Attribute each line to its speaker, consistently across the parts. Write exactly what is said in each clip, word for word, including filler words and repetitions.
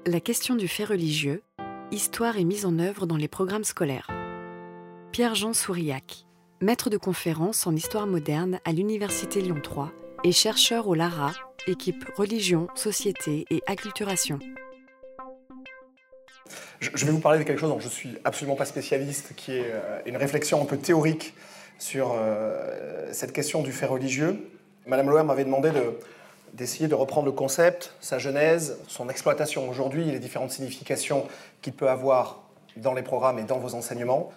Speaker 1: La question du fait religieux, histoire et mise en œuvre dans les programmes scolaires. Pierre-Jean Sourillac, maître de conférences en histoire moderne à l'Université Lyon trois et chercheur au LARA, équipe religion, société et acculturation.
Speaker 2: Je vais vous parler de quelque chose dont je ne suis absolument pas spécialiste, qui est une réflexion un peu théorique sur cette question du fait religieux. Madame Loer m'avait demandé de, d'essayer de reprendre le concept, sa genèse, son exploitation aujourd'hui, les différentes significations qu'il peut avoir dans les programmes et dans vos enseignements.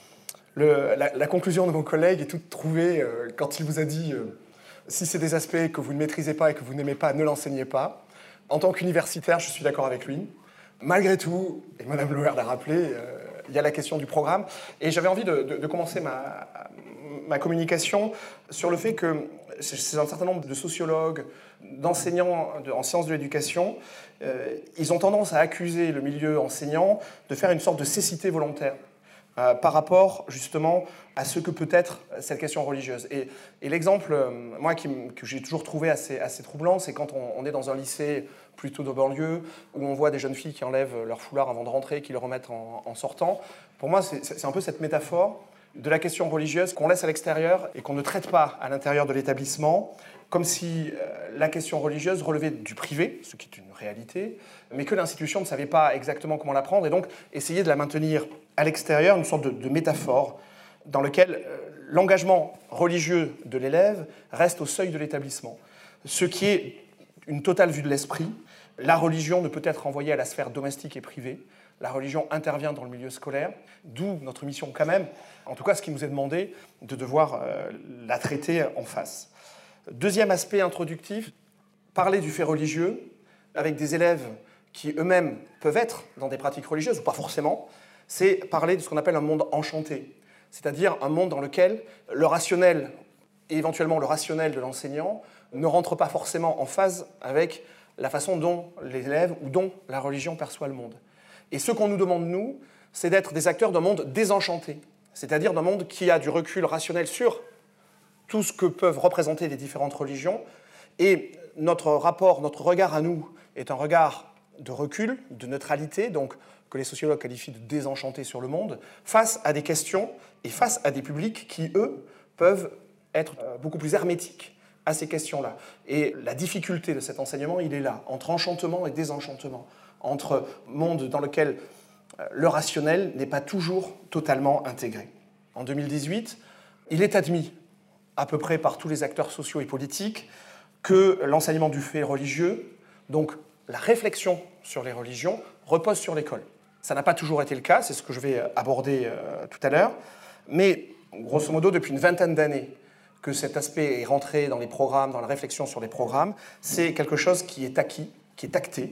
Speaker 2: Le, la, la conclusion de mon collègue est toute trouvée euh, quand il vous a dit euh, si c'est des aspects que vous ne maîtrisez pas et que vous n'aimez pas, ne l'enseignez pas. En tant qu'universitaire, je suis d'accord avec lui. Malgré tout, et Madame Loer l'a rappelé, euh, il y a la question du programme. Et j'avais envie de, de, de commencer ma, ma communication sur le fait que c'est un certain nombre de sociologues, d'enseignants en sciences de l'éducation, euh, ils ont tendance à accuser le milieu enseignant de faire une sorte de cécité volontaire euh, par rapport justement à ce que peut être cette question religieuse. Et, et l'exemple, euh, moi, qui, que j'ai toujours trouvé assez, assez troublant, c'est quand on, on est dans un lycée plutôt de banlieue, où on voit des jeunes filles qui enlèvent leur foulard avant de rentrer, qui le remettent en, en sortant. Pour moi, c'est, c'est un peu cette métaphore de la question religieuse qu'on laisse à l'extérieur et qu'on ne traite pas à l'intérieur de l'établissement, comme si euh, la question religieuse relevait du privé, ce qui est une réalité, mais que l'institution ne savait pas exactement comment la prendre, et donc essayer de la maintenir à l'extérieur, une sorte de, de métaphore dans laquelle euh, l'engagement religieux de l'élève reste au seuil de l'établissement. Ce qui est une totale vue de l'esprit. La religion ne peut être renvoyée à la sphère domestique et privée. La religion intervient dans le milieu scolaire, d'où notre mission quand même, en tout cas ce qui nous est demandé, de devoir euh, la traiter en face. Deuxième aspect introductif, parler du fait religieux avec des élèves qui eux-mêmes peuvent être dans des pratiques religieuses, ou pas forcément, c'est parler de ce qu'on appelle un monde enchanté, c'est-à-dire un monde dans lequel le rationnel, et éventuellement le rationnel de l'enseignant, ne rentre pas forcément en phase avec la façon dont l'élève ou dont la religion perçoit le monde. Et ce qu'on nous demande, nous, c'est d'être des acteurs d'un monde désenchanté, c'est-à-dire d'un monde qui a du recul rationnel sur tout ce que peuvent représenter les différentes religions. Et notre rapport, notre regard à nous est un regard de recul, de neutralité, donc que les sociologues qualifient de désenchanté sur le monde, face à des questions et face à des publics qui, eux, peuvent être beaucoup plus hermétiques à ces questions-là. Et la difficulté de cet enseignement, il est là, entre enchantement et désenchantement, entre monde dans lequel le rationnel n'est pas toujours totalement intégré. En deux mille dix-huit, il est admis, à peu près par tous les acteurs sociaux et politiques, que l'enseignement du fait religieux, donc la réflexion sur les religions, repose sur l'école. Ça n'a pas toujours été le cas, c'est ce que je vais aborder euh, tout à l'heure, mais grosso modo, depuis une vingtaine d'années, que cet aspect est rentré dans les programmes, dans la réflexion sur les programmes, c'est quelque chose qui est acquis, qui est acté.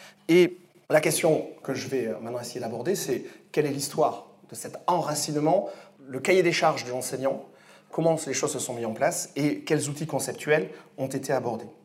Speaker 2: Et la question que je vais maintenant essayer d'aborder, c'est quelle est l'histoire de cet enracinement, le cahier des charges de l'enseignant, comment les choses se sont mises en place et quels outils conceptuels ont été abordés.